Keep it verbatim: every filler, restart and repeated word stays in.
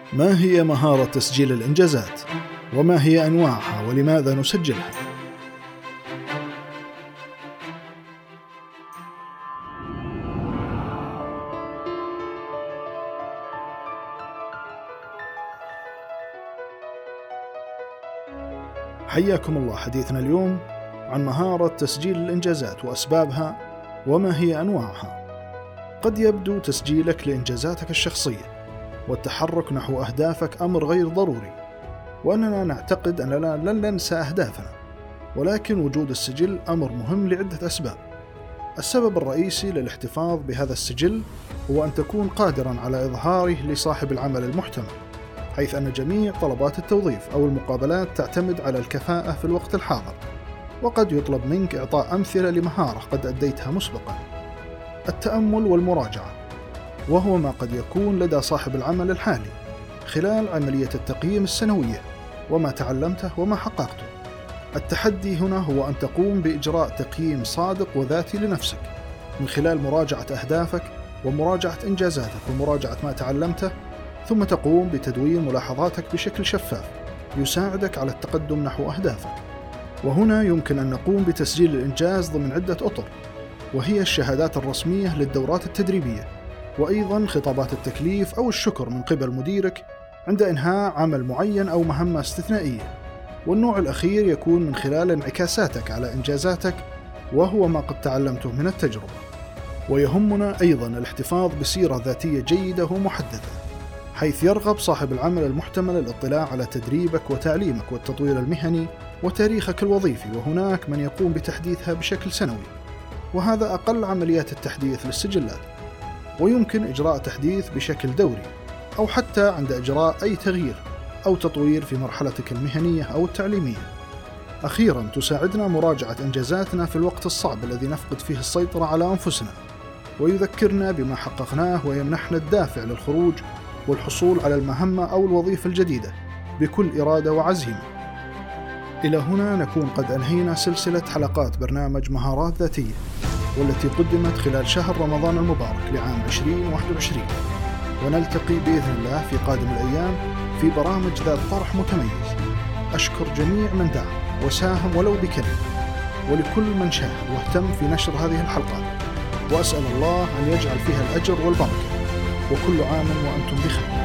ما هي مهارة تسجيل الإنجازات؟ وما هي أنواعها ولماذا نسجلها؟ حياكم الله. حديثنا اليوم عن مهارة تسجيل الإنجازات وأسبابها وما هي أنواعها. قد يبدو تسجيلك لإنجازاتك الشخصية والتحرك نحو أهدافك أمر غير ضروري، وأننا نعتقد أننا لن ننسى أهدافنا، ولكن وجود السجل أمر مهم لعدة أسباب. السبب الرئيسي للاحتفاظ بهذا السجل هو أن تكون قادراً على إظهاره لصاحب العمل المحتمل، حيث أن جميع طلبات التوظيف أو المقابلات تعتمد على الكفاءة في الوقت الحاضر، وقد يطلب منك إعطاء أمثلة لمهارة قد أديتها مسبقاً. التأمل والمراجعة، وهو ما قد يكون لدى صاحب العمل الحالي خلال عملية التقييم السنوية وما تعلمته وما حققته. التحدي هنا هو أن تقوم بإجراء تقييم صادق وذاتي لنفسك من خلال مراجعة أهدافك ومراجعة إنجازاتك ومراجعة ما تعلمته، ثم تقوم بتدوين ملاحظاتك بشكل شفاف يساعدك على التقدم نحو أهدافك. وهنا يمكن أن نقوم بتسجيل الإنجاز ضمن عدة أطر، وهي الشهادات الرسمية للدورات التدريبية، وأيضاً خطابات التكليف أو الشكر من قبل مديرك عند إنهاء عمل معين أو مهمة استثنائية. والنوع الأخير يكون من خلال انعكاساتك على إنجازاتك، وهو ما قد تعلمته من التجربة. ويهمنا أيضاً الاحتفاظ بسيرة ذاتية جيدة ومحددة، حيث يرغب صاحب العمل المحتمل الاطلاع على تدريبك وتعليمك والتطوير المهني وتاريخك الوظيفي، وهناك من يقوم بتحديثها بشكل سنوي، وهذا أقل عمليات التحديث للسجلات. ويمكن إجراء تحديث بشكل دوري أو حتى عند إجراء أي تغيير أو تطوير في مرحلتك المهنية أو التعليمية. أخيراً، تساعدنا مراجعة إنجازاتنا في الوقت الصعب الذي نفقد فيه السيطرة على أنفسنا، ويذكرنا بما حققناه ويمنحنا الدافع للخروج والحصول على المهمة أو الوظيفة الجديدة بكل إرادة وعزيمة. إلى هنا نكون قد أنهينا سلسلة حلقات برنامج مهارات ذاتية، والتي قدمت خلال شهر رمضان المبارك لعام عشرين واحد وعشرين، ونلتقي بإذن الله في قادم الأيام في برامج ذات طرح متميز. أشكر جميع من دعم وساهم ولو بكلمة، ولكل من شاهد واهتم في نشر هذه الحلقات، وأسأل الله أن يجعل فيها الأجر والبركة، وكل عام وأنتم بخير.